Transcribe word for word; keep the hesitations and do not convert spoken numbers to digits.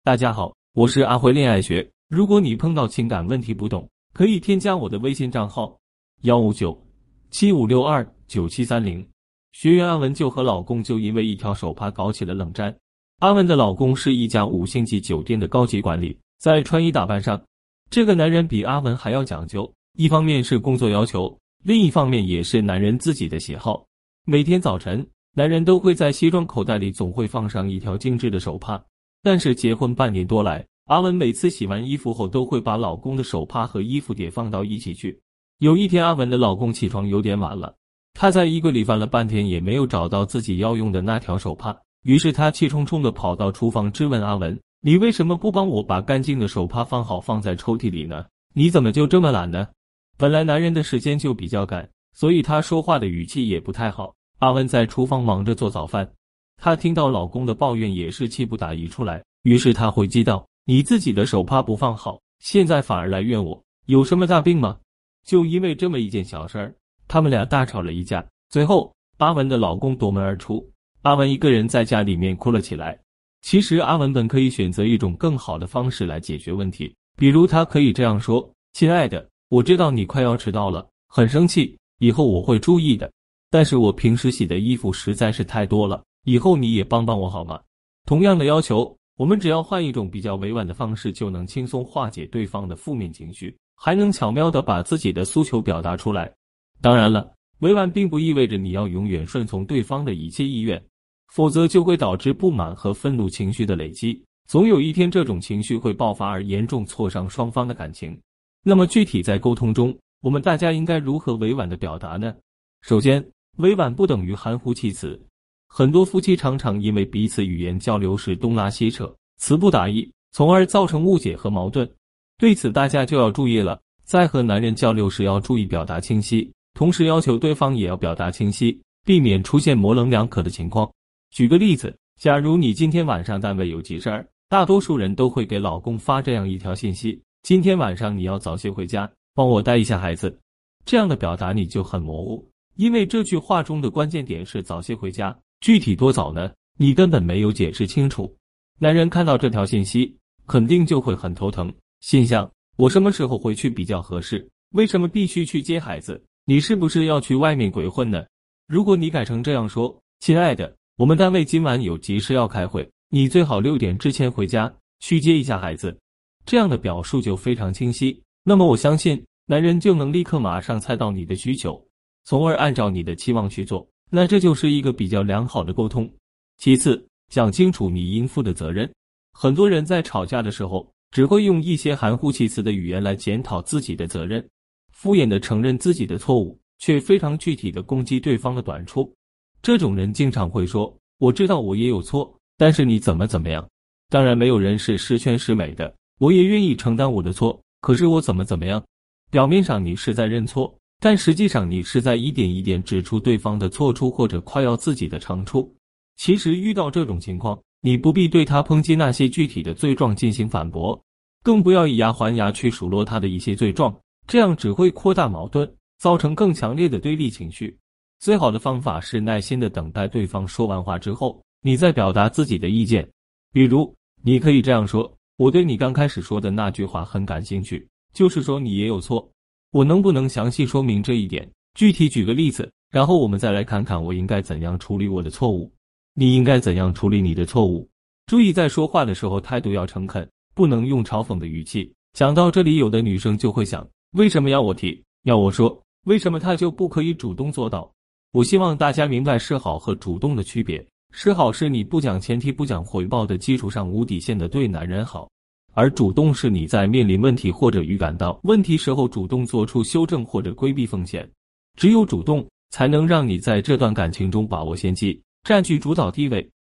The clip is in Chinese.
大家好，我是阿辉恋爱学。如果你碰到情感问题不懂，可以添加我的微信账号一五九七五六二九七三零。学员阿文就和老公就因为一条手帕搞起了冷战。阿文的老公是一家五星级酒店的高级管理，在穿衣打扮上，这个男人比阿文还要讲究。一方面是工作要求，另一方面也是男人自己的喜好。每天早晨，男人都会在西装口袋里总会放上一条精致的手帕。但是结婚半年多来，阿文每次洗完衣服后都会把老公的手帕和衣服叠放到一起去。有一天，阿文的老公起床有点晚了，他在衣柜里翻了半天也没有找到自己要用的那条手帕，于是他气冲冲地跑到厨房质问阿文：你为什么不帮我把干净的手帕放好放在抽屉里呢？你怎么就这么懒呢？本来男人的时间就比较赶，所以他说话的语气也不太好。阿文在厨房忙着做早饭，她听到老公的抱怨也是气不打一处来，于是她回击道：你自己的手帕不放好，现在反而来怨我，有什么大病吗？就因为这么一件小事儿，他们俩大吵了一架。最后阿文的老公夺门而出，阿文一个人在家里面哭了起来。其实阿文本可以选择一种更好的方式来解决问题，比如他可以这样说：亲爱的，我知道你快要迟到了，很生气，以后我会注意的，但是我平时洗的衣服实在是太多了，以后你也帮帮我好吗？同样的要求，我们只要换一种比较委婉的方式，就能轻松化解对方的负面情绪，还能巧妙地把自己的诉求表达出来。当然了，委婉并不意味着你要永远顺从对方的一切意愿，否则就会导致不满和愤怒情绪的累积，总有一天这种情绪会爆发而严重挫伤双方的感情。那么具体在沟通中，我们大家应该如何委婉地表达呢？首先，委婉不等于含糊其辞。很多夫妻常常因为彼此语言交流时东拉西扯，词不达意，从而造成误解和矛盾。对此大家就要注意了，在和男人交流时要注意表达清晰，同时要求对方也要表达清晰，避免出现模棱两可的情况。举个例子，假如你今天晚上单位有急事儿，大多数人都会给老公发这样一条信息：今天晚上你要早些回家，帮我带一下孩子。这样的表达你就很模糊，因为这句话中的关键点是早些回家，具体多早呢？你根本没有解释清楚。男人看到这条信息，肯定就会很头疼，心想：我什么时候回去比较合适？为什么必须去接孩子？你是不是要去外面鬼混呢？如果你改成这样说：亲爱的，我们单位今晚有急事要开会，你最好六点之前回家，去接一下孩子。这样的表述就非常清晰，那么我相信男人就能立刻马上猜到你的需求，从而按照你的期望去做，那这就是一个比较良好的沟通。其次，讲清楚你应负的责任。很多人在吵架的时候，只会用一些含糊其辞的语言来检讨自己的责任，敷衍地承认自己的错误，却非常具体地攻击对方的短处。这种人经常会说：我知道我也有错，但是你怎么怎么样。当然没有人是十全十美的，我也愿意承担我的错，可是我怎么怎么样。表面上你是在认错，但实际上你是在一点一点指出对方的错处或者夸耀自己的长处。其实遇到这种情况，你不必对他抨击那些具体的罪状进行反驳，更不要以牙还牙去数落他的一些罪状，这样只会扩大矛盾，造成更强烈的对立情绪。最好的方法是耐心地等待对方说完话之后，你再表达自己的意见。比如，你可以这样说：我对你刚开始说的那句话很感兴趣，就是说你也有错，我能不能详细说明这一点，具体举个例子，然后我们再来看看我应该怎样处理我的错误，你应该怎样处理你的错误。注意在说话的时候态度要诚恳，不能用嘲讽的语气。讲到这里，有的女生就会想，为什么要我提，要我说，为什么她就不可以主动做到？我希望大家明白示好和主动的区别。示好是你不讲前提不讲回报的基础上无底线的对男人好，而主动是你在面临问题或者预感到问题时候主动做出修正或者规避风险。只有主动才能让你在这段感情中把握先机，占据主导地位，